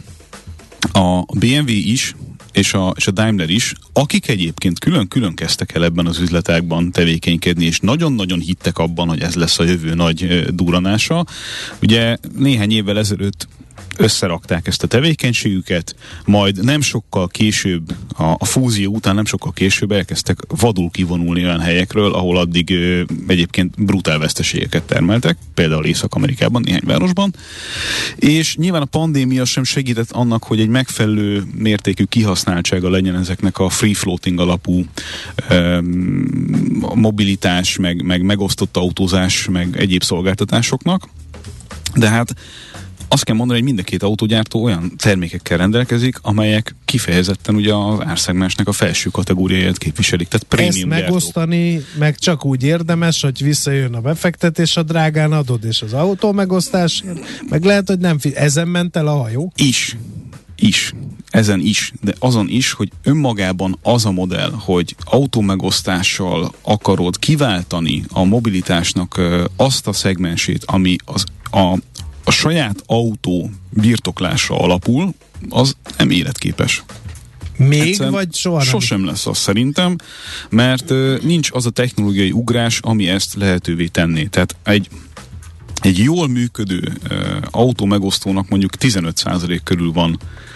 a bé em vé is és a, és a Daimler is, akik egyébként külön-külön kezdtek el ebben az üzletágban tevékenykedni, és nagyon-nagyon hittek abban, hogy ez lesz a jövő nagy duranása. Ugye néhány évvel ezelőtt összerakták ezt a tevékenységüket, majd nem sokkal később, a, a fúzió után nem sokkal később elkezdtek vadul kivonulni olyan helyekről, ahol addig ö, egyébként brutál veszteségeket termeltek, például Észak-Amerikában, néhány városban, és nyilván a pandémia sem segített annak, hogy egy megfelelő mértékű kihasználtsága legyen ezeknek a free floating alapú ö, mobilitás, meg, meg megosztott autózás, meg egyéb szolgáltatásoknak, de hát azt kell mondani, hogy mind a két autógyártó olyan termékekkel rendelkezik, amelyek kifejezetten ugye az árszegmensnek a felső kategóriáját képviselik, tehát prémium ezt megosztani, gyártók. Meg csak úgy érdemes, hogy visszajön a befektetés, a drágán adod, és az autó megosztásért, meg lehet, hogy nem fi- ezen ment el a hajó? Is. Is. Ezen is, de azon is, hogy önmagában az a modell, hogy autómegosztással akarod kiváltani a mobilitásnak azt a szegmensét, ami az, a, a saját autó birtoklása alapul, az nem életképes. Még Egyszerűen vagy soha nem? Sosem lesz az szerintem, mert uh, nincs az a technológiai ugrás, ami ezt lehetővé tenné. Tehát egy Egy jól működő uh, autómegosztónak mondjuk tizenöt százalék körül van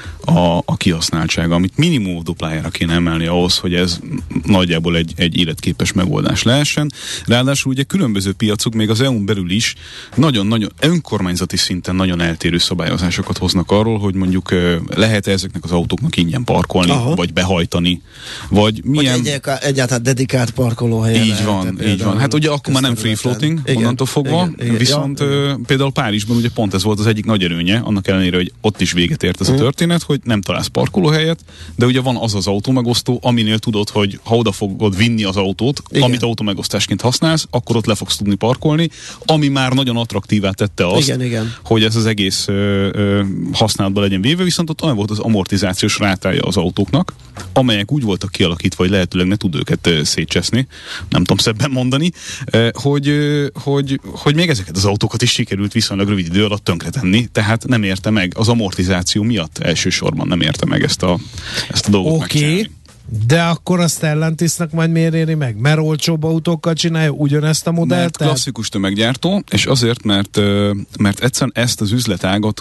a, a kihasználtsága, amit minimum duplájára kéne emelni ahhoz, hogy ez nagyjából egy, egy életképes megoldás lehessen. Ráadásul ugye különböző piacok, még az é u-n belül is nagyon-nagyon önkormányzati szinten nagyon eltérő szabályozásokat hoznak arról, hogy mondjuk uh, lehet ezeknek az autóknak ingyen parkolni, aha, vagy behajtani, vagy milyen... Vagy egy, egyáltalán dedikált parkolóhelyen. Így van, így van. Hát ugye akkor már nem free floating, onnantól fogva, igen, igen, viszont ja, uh, például Párizsban ugye pont ez volt az egyik nagy erőnye, annak ellenére, hogy ott is véget ért ez a történet, hogy nem találsz parkolóhelyet, de ugye van az az autómegosztó, aminél tudod, hogy ha oda fogod vinni az autót, igen, amit autómegosztásként használsz, akkor ott le fogsz tudni parkolni, ami már nagyon attraktívá tette azt, igen, igen, hogy ez az egész ö, ö, használatba legyen véve, viszont ott olyan volt az amortizációs rátája az autóknak, amelyek úgy voltak kialakítva, hogy lehetőleg ne tud őket ö, szétcseszni, nem tudom szebben mondani, ö, hogy, ö, hogy, hogy még ezeket az autókat is sikerült viszonylag rövid idő alatt tönkretenni, tehát nem érte meg az amortizáció miatt elsősorban nem érte meg ezt a, ezt a dolgot okay, megcsinálni. De akkor a Stellantisnak majd miért éri meg? Mert olcsóbb autókkal csinálja ugyanezt a modellt? Mert tehát... klasszikus tömeggyártó, és azért, mert, mert egyszerűen ezt az üzletágat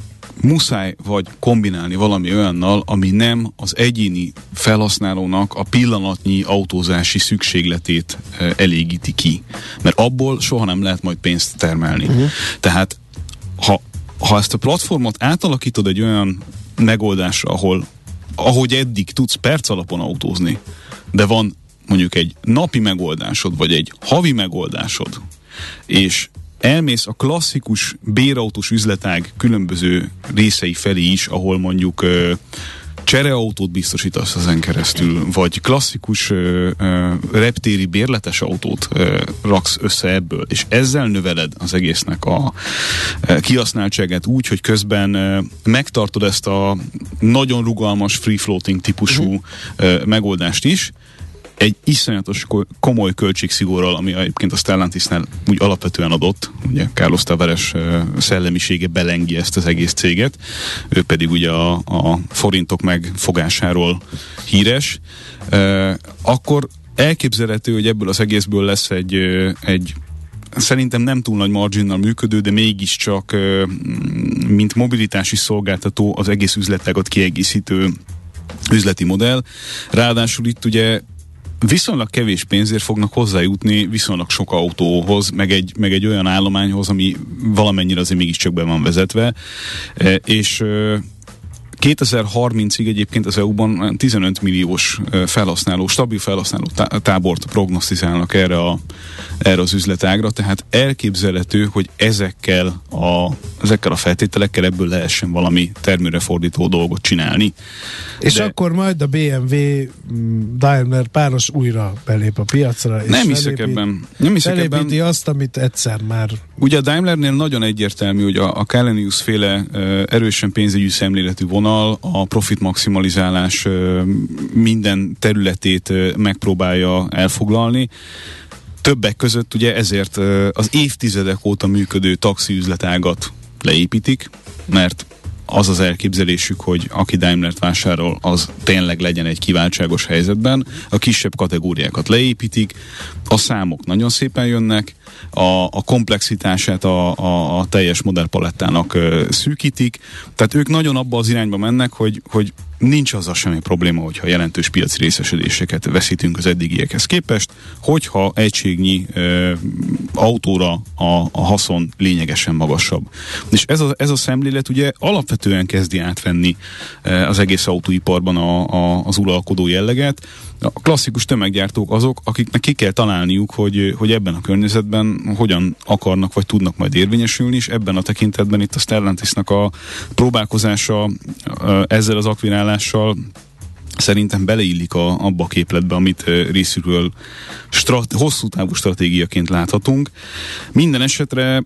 muszáj vagy kombinálni valami olyannal, ami nem az egyéni felhasználónak a pillanatnyi autózási szükségletét elégíti ki. Mert abból soha nem lehet majd pénzt termelni. Uh-huh. Tehát ha, ha ezt a platformot átalakítod egy olyan megoldásra, ahol ahogy eddig tudsz perc alapon autózni, de van mondjuk egy napi megoldásod, vagy egy havi megoldásod, és elmész a klasszikus bérautós üzletág különböző részei felé is, ahol mondjuk ö, csereautót biztosítasz ezen keresztül, vagy klasszikus ö, ö, reptéri bérletes autót ö, raksz össze ebből, és ezzel növeled az egésznek a ö, kihasználtságát úgy, hogy közben ö, megtartod ezt a nagyon rugalmas free floating típusú ö, megoldást is, egy iszonyatos komoly költségszigorral, ami egyébként a Stellantisnál úgy alapvetően adott, ugye Carlos Tavares szellemisége belengi ezt az egész céget, ő pedig ugye a, a forintok megfogásáról híres, e, akkor elképzelhető, hogy ebből az egészből lesz egy, egy szerintem nem túl nagy marginnal működő, de mégiscsak mint mobilitási szolgáltató az egész üzletágat kiegészítő üzleti modell. Ráadásul itt ugye viszonylag kevés pénzért fognak hozzájutni viszonylag sok autóhoz, meg egy, meg egy olyan állományhoz, ami valamennyire azért mégiscsak be van vezetve, e, és e, kétezer-harmincig egyébként az é u-ban tizenöt milliós felhasználó, stabil felhasználó tábort prognosztizálnak erre, a, erre az üzletágra, tehát elképzelhető, hogy ezekkel a, ezekkel a feltételekkel ebből lehessen valami termőre fordító dolgot csinálni. És de akkor majd a bé em vé Daimler páros újra belép a piacra, és nem hiszek ebben. Nem hiszek ebben. azt, amit egyszer már... Ugye a Daimlernél nagyon egyértelmű, hogy a, a Källenius féle uh, erősen pénzügyi szemléletű vonal, a profit maximalizálás uh, minden területét uh, megpróbálja elfoglalni. Többek között ugye ezért uh, az évtizedek óta működő taxiüzletágat leépítik, mert az az elképzelésük, hogy aki Daimlert vásárol, az tényleg legyen egy kiváltságos helyzetben. A kisebb kategóriákat leépítik, a számok nagyon szépen jönnek, a, a komplexitását a, a, a teljes modellpalettának uh, szűkítik, tehát ők nagyon abba az irányba mennek, hogy, hogy nincs azzal semmi probléma, hogyha jelentős piaci részesedéseket veszítünk az eddigiekhez képest, hogyha egységnyi ö, autóra a, a haszon lényegesen magasabb. És ez a, ez a szemlélet ugye alapvetően kezdi átvenni ö, az egész autóiparban a, a, az uralkodó jelleget. A klasszikus tömeggyártók azok, akiknek ki kell találniuk, hogy, hogy ebben a környezetben egyáltalán hogyan akarnak vagy tudnak majd érvényesülni, és ebben a tekintetben itt a Stellantisnak a próbálkozása ezzel az akvirálással szerintem beleillik a, abba a képletbe, amit uh, részükről strat, hosszú távú stratégiaként láthatunk. Minden esetre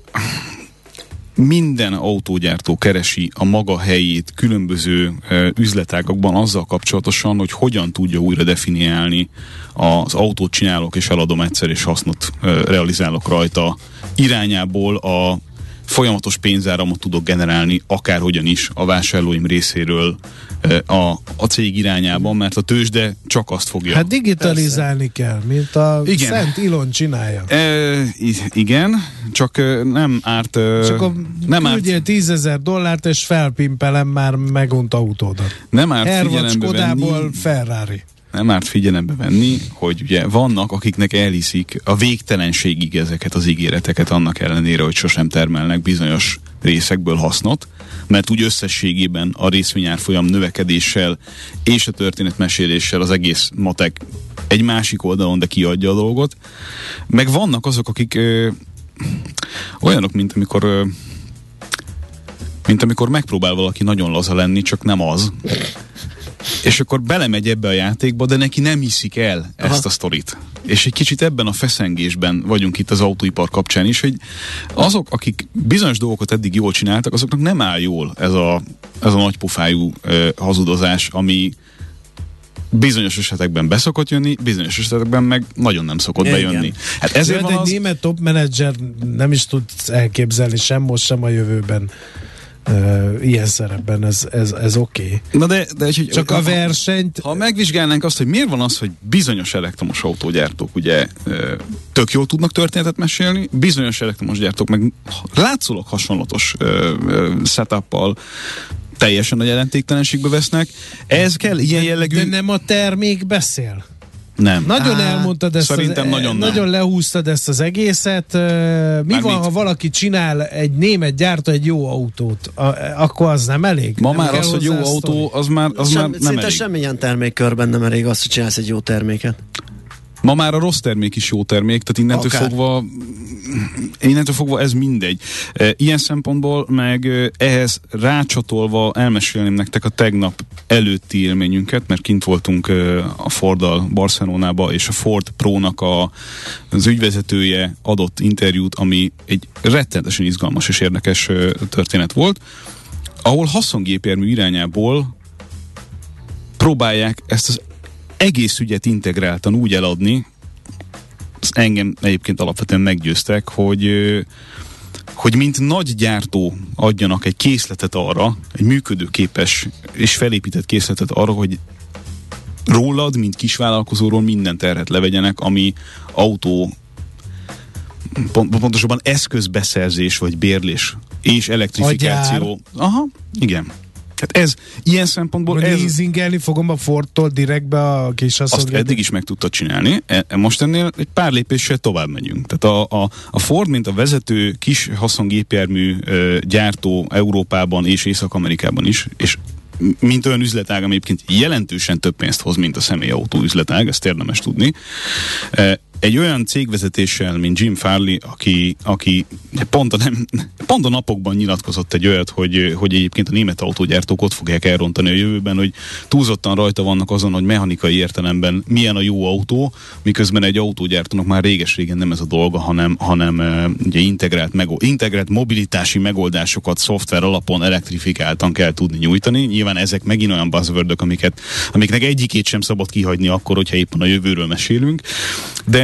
minden autógyártó keresi a maga helyét különböző uh, üzletágakban azzal kapcsolatosan, hogy hogyan tudja újra definiálni az autót csinálok és eladom egyszer, és hasznot uh, realizálok rajta irányából a folyamatos pénzáramot tudok generálni, akárhogyan is a vásárlóim részéről a, a cég irányában, mert a tőzsde csak azt fogja. Hát digitalizálni Persze. kell, mint a igen. Szent Ilon csinálja. E, igen, csak nem árt... Csak a nem küldjél árt, tízezer dollárt, és felpimpelem már megunt autódat. Nem árt Hervad figyelembe Skodából venni. Ferrari. Nem árt figyelembe venni, hogy ugye vannak, akiknek elhiszik a végtelenségig ezeket az ígéreteket, annak ellenére, hogy sosem termelnek bizonyos részekből hasznot, mert úgy összességében a részvényárfolyam növekedéssel és a történetmeséléssel az egész matek egy másik oldalon, de kiadja a dolgot. Meg vannak azok, akik ö, olyanok, mint amikor ö, mint amikor megpróbál valaki nagyon laza lenni, csak nem az. És akkor belemegy ebbe a játékba, de neki nem hiszik el ezt Aha. a sztorit. És egy kicsit ebben a feszengésben vagyunk itt az autóipar kapcsán is, hogy azok, akik bizonyos dolgokat eddig jól csináltak, azoknak nem áll jól ez a, ez a nagypofájú uh, hazudozás, ami bizonyos esetekben beszokott jönni, bizonyos esetekben meg nagyon nem szokott Igen. bejönni. Hát ezért van egy az... német top menedzser nem is tud elképzelni sem most, sem a jövőben Uh, ilyen szerepben, ez, ez, ez oké. Okay. Na de, de hogy, Csak ha, a versenyt... Ha megvizsgálnánk azt, hogy miért van az, hogy bizonyos elektromos autógyártók ugye tök jól tudnak történetet mesélni, bizonyos elektromos gyártók meg látszólag hasonlatos uh, uh, setuppal teljesen nagy jelentéktelenségbe vesznek. Ez kell, ilyen jellegű... De nem a termék beszél? Nem. Nagyon Á, elmondtad ezt, szerintem az, nagyon, nagyon lehúztad ezt az egészet. Mi Már van, mit? ha valaki csinál egy német gyártó egy jó autót, a, akkor az nem elég? Ma nem már az, hogy jó autó, az már, az Sem, már nem szinte elég. semmilyen termékkörben nem elég az, hogy csinálsz egy jó terméket. Ma már a rossz termék is jó termék, tehát innentől Akár. fogva innentől fogva ez mindegy. Ilyen szempontból meg ehhez rácsatolva elmesélném nektek a tegnap előtti élményünket, mert kint voltunk a Forddal Barcelonába, és a Ford Pro-nak a, az ügyvezetője adott interjút, ami egy rettenetesen izgalmas és érdekes történet volt, ahol haszongépjármű irányából próbálják ezt az egész ügyet integráltan úgy eladni, az engem egyébként alapvetően meggyőztek, hogy, hogy mint nagy gyártó adjanak egy készletet arra, egy működőképes és felépített készletet arra, hogy rólad, mint kisvállalkozóról minden terhet levegyenek, ami autó, pont, pontosabban eszközbeszerzés vagy bérlés és elektrifikáció. Aha, igen. Tehát ez, ilyen szempontból ez... Leasingelni fogom a Fordtól direktbe a kis haszongépet. Azt eddig is meg tudtad csinálni. Most ennél egy pár lépéssel tovább megyünk. Tehát a, a, a Ford, mint a vezető kis haszongépjármű ö, gyártó Európában és Észak-Amerikában is, és mint olyan üzletág, ami egyébként jelentősen több pénzt hoz, mint a személyautó üzletág, ezt érdemes tudni. Egy olyan cégvezetéssel, mint Jim Farley, aki, aki pont, a nem, pont a napokban nyilatkozott egy olyat, hogy, hogy egyébként a német autógyártók ott fogják elrontani a jövőben, hogy túlzottan rajta vannak azon, hogy mechanikai értelemben milyen a jó autó, miközben egy autógyártónak már réges-régen nem ez a dolga, hanem, hanem ugye integrált, megold, integrált mobilitási megoldásokat szoftver alapon elektrifikáltan kell tudni nyújtani. Nyilván ezek megint olyan buzzwordök, amiket, amiknek egyikét sem szabad kihagyni akkor, hogyha éppen a jövőről mesélünk. De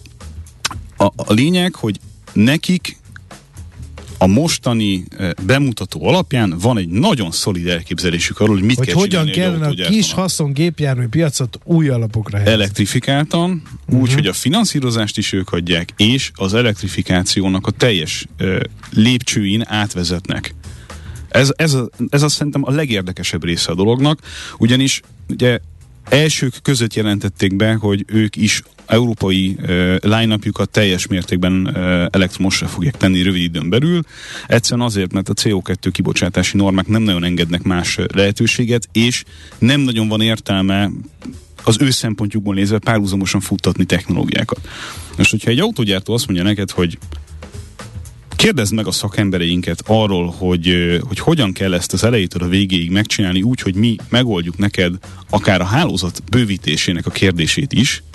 a, a lényeg, hogy nekik a mostani e, bemutató alapján van egy nagyon szolid elképzelésük arról, hogy mit hogy kell hogyan csinálni kellene a kis haszongépjármű piacot új alapokra helyezni. Elektrifikáltan, uh-huh. úgy, hogy a finanszírozást is ők adják, és az elektrifikációnak a teljes e, lépcsőin átvezetnek. Ez, ez, a, ez azt szerintem a legérdekesebb része a dolognak, ugyanis ugye elsők között jelentették be, hogy ők is európai uh, line-upjukat teljes mértékben uh, elektromosra fogják tenni rövid időn belül. Egyszerűen azért, mert a cé o kettő kibocsátási normák nem nagyon engednek más lehetőséget, és nem nagyon van értelme az ő szempontjukból nézve párhuzamosan futtatni technológiákat. Most, hogyha egy autógyártó azt mondja neked, hogy kérdezd meg a szakembereinket arról, hogy, hogy hogyan kell ezt az elejétől a végéig megcsinálni úgy, hogy mi megoldjuk neked akár a hálózat bővítésének a kérdését is,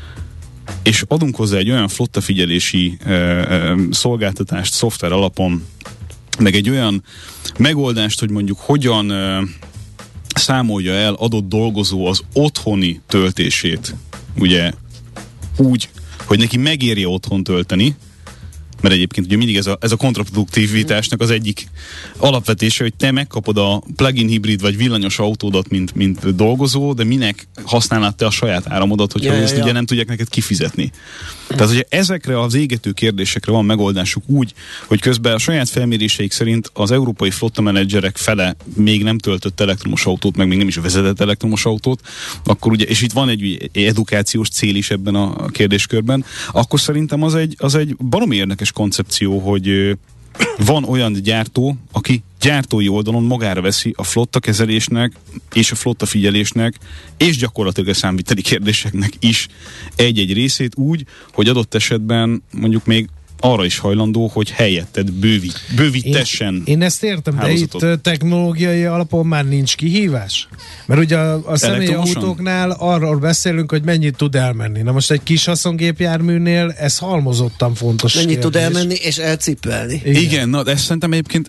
és adunk hozzá egy olyan flottafigyelési ö, ö, szolgáltatást szoftver alapon, meg egy olyan megoldást, hogy mondjuk hogyan ö, számolja el adott dolgozó az otthoni töltését, ugye úgy, hogy neki megérje otthon tölteni, mert egyébként ugye mindig ez a, ez a kontraproduktivitásnak az egyik alapvetése, hogy te megkapod a plug-in hibrid vagy villanyos autódat, mint, mint dolgozó, de minek használnád te a saját áramodat, hogyha ja, ezt ja, ugye ja. nem tudják neked kifizetni. Tehát ugye ezekre az égető kérdésekre van megoldásuk úgy, hogy közben a saját felméréseik szerint az európai flottamenedzserek fele még nem töltött elektromos autót, meg még nem is vezetett elektromos autót, akkor ugye, és itt van egy edukációs cél is ebben a kérdéskörben, akkor szerintem az egy, az egy baromi érdekes koncepció, hogy van olyan gyártó, aki gyártói oldalon magára veszi a flotta kezelésnek és a flotta figyelésnek és gyakorlatilag a számviteli kérdéseknek is egy-egy részét úgy, hogy adott esetben mondjuk még arra is hajlandó, hogy helyetted bővít, bővítessen. Én, én ezt értem, hálózatot. De itt technológiai alapon már nincs kihívás? Mert ugye a, a személyautóknál arról beszélünk, hogy mennyit tud elmenni. Na most egy kis haszongépjárműnél ez halmozottan fontos mennyit kérdés. tud elmenni és elcipelni. Igen, Igen na, de ezt szerintem egyébként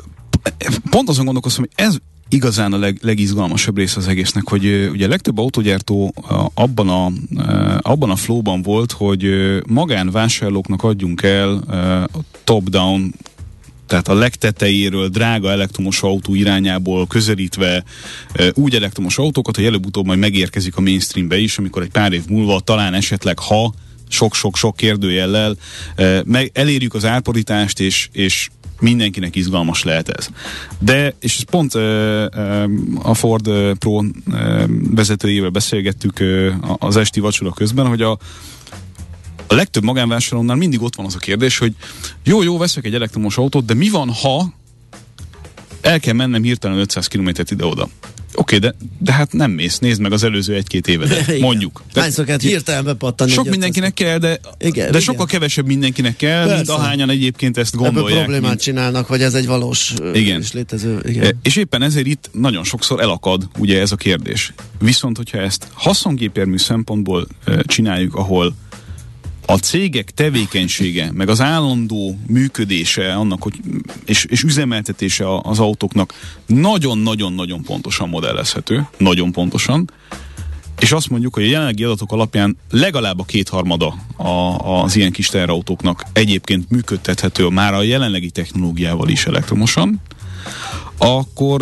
pont azon gondolkoztam, hogy ez igazán a leg, legizgalmasabb része az egésznek, hogy uh, ugye a legtöbb autógyártó uh, abban a, uh, abban a flowban volt, hogy uh, magánvásárlóknak adjunk el uh, top-down, tehát a legtetejéről drága elektromos autó irányából közelítve uh, úgy elektromos autókat, hogy előbb-utóbb majd megérkezik a mainstreambe is, amikor egy pár év múlva talán esetleg, ha sok-sok-sok kérdőjellel uh, meg elérjük az árparítást, és, és mindenkinek izgalmas lehet ez. De, és ez pont uh, uh, a Ford uh, Pro uh, vezetőjével beszélgettük uh, az esti vacsora közben, hogy a, a legtöbb magánvásárlónál mindig ott van az a kérdés, hogy jó, jó, veszek egy elektromos autót, de mi van, ha el kell mennem hirtelen ötszáz kilométert ide-oda? Oké, okay, de, de hát nem mész, nézd meg az előző egy-két évedet, mondjuk. Hányszor kellett hirtelen bepattani? Sok mindenkinek kell, de, igen, de sokkal igen. kevesebb mindenkinek kell, persze. mint ahányan egyébként ezt gondolják. Ebből problémát mint... csinálnak, hogy ez egy valós igen. és létező. Igen. És éppen ezért itt nagyon sokszor elakad ugye ez a kérdés. Viszont, hogyha ezt haszongépjármű szempontból csináljuk, ahol a cégek tevékenysége, meg az állandó működése annak, hogy, és, és üzemeltetése az autóknak nagyon-nagyon-nagyon pontosan modellezhető, nagyon pontosan, és azt mondjuk, hogy a jelenlegi adatok alapján legalább a kétharmada a, az ilyen kis teherautóknak egyébként működtethető már a jelenlegi technológiával is elektromosan, akkor,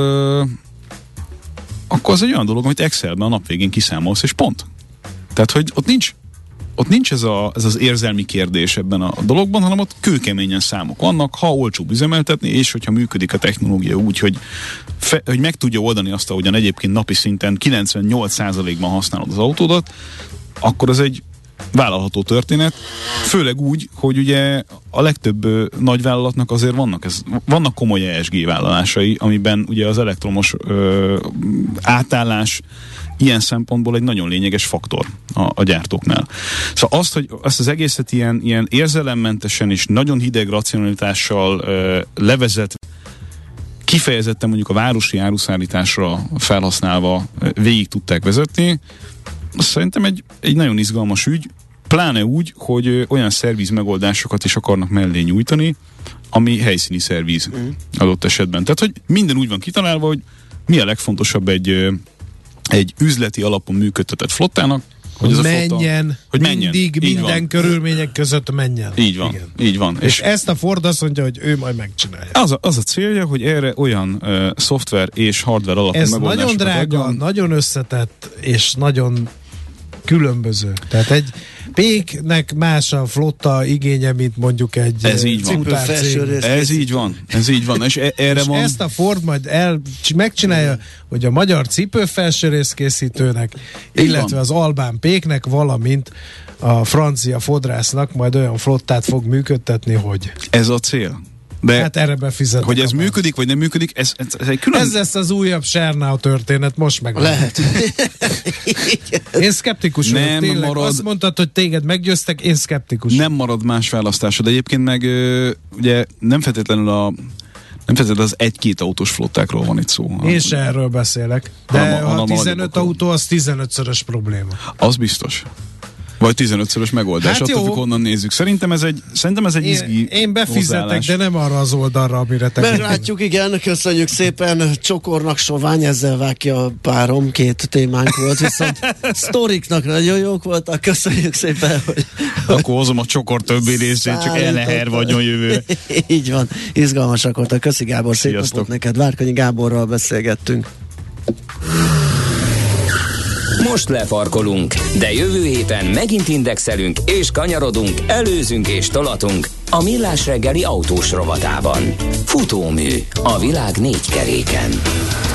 akkor az egy olyan dolog, amit Excelben a nap végén kiszámolsz, és pont. Tehát, hogy ott nincs Ott nincs ez, a, ez az érzelmi kérdés ebben a dologban, hanem ott kőkeményen számok vannak, ha olcsóbb üzemeltetni, és hogyha működik a technológia úgy, hogy, fe, hogy meg tudja oldani azt, ahogyan egyébként napi szinten kilencvennyolc százalékban használod az autódat, akkor ez egy vállalható történet, főleg úgy, hogy ugye a legtöbb ö, nagyvállalatnak azért vannak, ez, vannak komoly E S G vállalásai, amiben ugye az elektromos ö, átállás ilyen szempontból egy nagyon lényeges faktor a, a gyártóknál. Szóval azt, hogy azt az egészet ilyen, ilyen érzelemmentesen és nagyon hideg racionalitással ö, levezet, kifejezetten mondjuk a városi áruszállításra felhasználva ö, végig tudták vezetni, azt szerintem egy, egy nagyon izgalmas ügy, pláne úgy, hogy ö, olyan szerviz megoldásokat is akarnak mellé nyújtani, ami helyszíni szerviz mm. adott esetben. Tehát, hogy minden úgy van kitalálva, hogy mi a legfontosabb egy ö, egy üzleti alapon működtetett flottának, hogy ez menjen, a flotta, hogy menjen. Mindig, így minden van. Körülmények között menjen. Így van, igen. így van. És, és ezt a Ford azt mondja, hogy ő majd megcsinálja. Az a, az a célja, hogy erre olyan uh, szoftver és hardware alapú ez megoldásokat nagyon drága, adjon. Nagyon összetett, és nagyon különböző. Tehát egy péknek más a flotta igénye, mint mondjuk egy ez így van. Ez így van. Ez így van. És, e- erre és van. ezt a Ford majd el, megcsinálja, hogy a magyar cipőfelsőrészkészítőnek, illetve az albán péknek, valamint a francia fodrásznak majd olyan flottát fog működtetni, hogy... Ez a cél. De hát erre befizetnek. Hogy ez működik, vagy nem működik, ez, ez, ez egy külön... Ez lesz az újabb Sernau történet, most meg lehet. Én szkeptikus Nem vagyok, tényleg. marad- Azt mondtad, hogy téged meggyőztek, én szkeptikus. Nem marad más választásod. Egyébként meg ö, ugye nem feltétlenül a nem feltétlenül az egy-két autós flottákról van itt szó. Én se erről beszélek. De Hanem a- a, hanem a tizenöt nagyobbakról. autó, az tizenötszörös probléma. Az biztos. Vagy tizenötszörös megoldás, Hát attól jó. függ, honnan nézzük. Szerintem ez egy, szerintem ez egy izgi Én, én befizetek, hozzáállás. de nem arra az oldalra, amire te Meglátjuk, igen, köszönjük szépen. Csokornak sovány, ezzel vágja a párom, két témánk volt, viszont sztoriknak nagyon jók voltak. Köszönjük szépen, hogy Akkor hozom a csokor többi részét, csak elneher vagyon jövő. így van, izgalmasak voltak. Köszi Gábor, szép Sziasztok. napot neked. Várkonyi Gáborral beszélgettünk. Most lefarkolunk, de jövő héten megint indexelünk és kanyarodunk, előzünk és tolatunk a Millás reggeli autós rovatában. Futómű a világ négy keréken.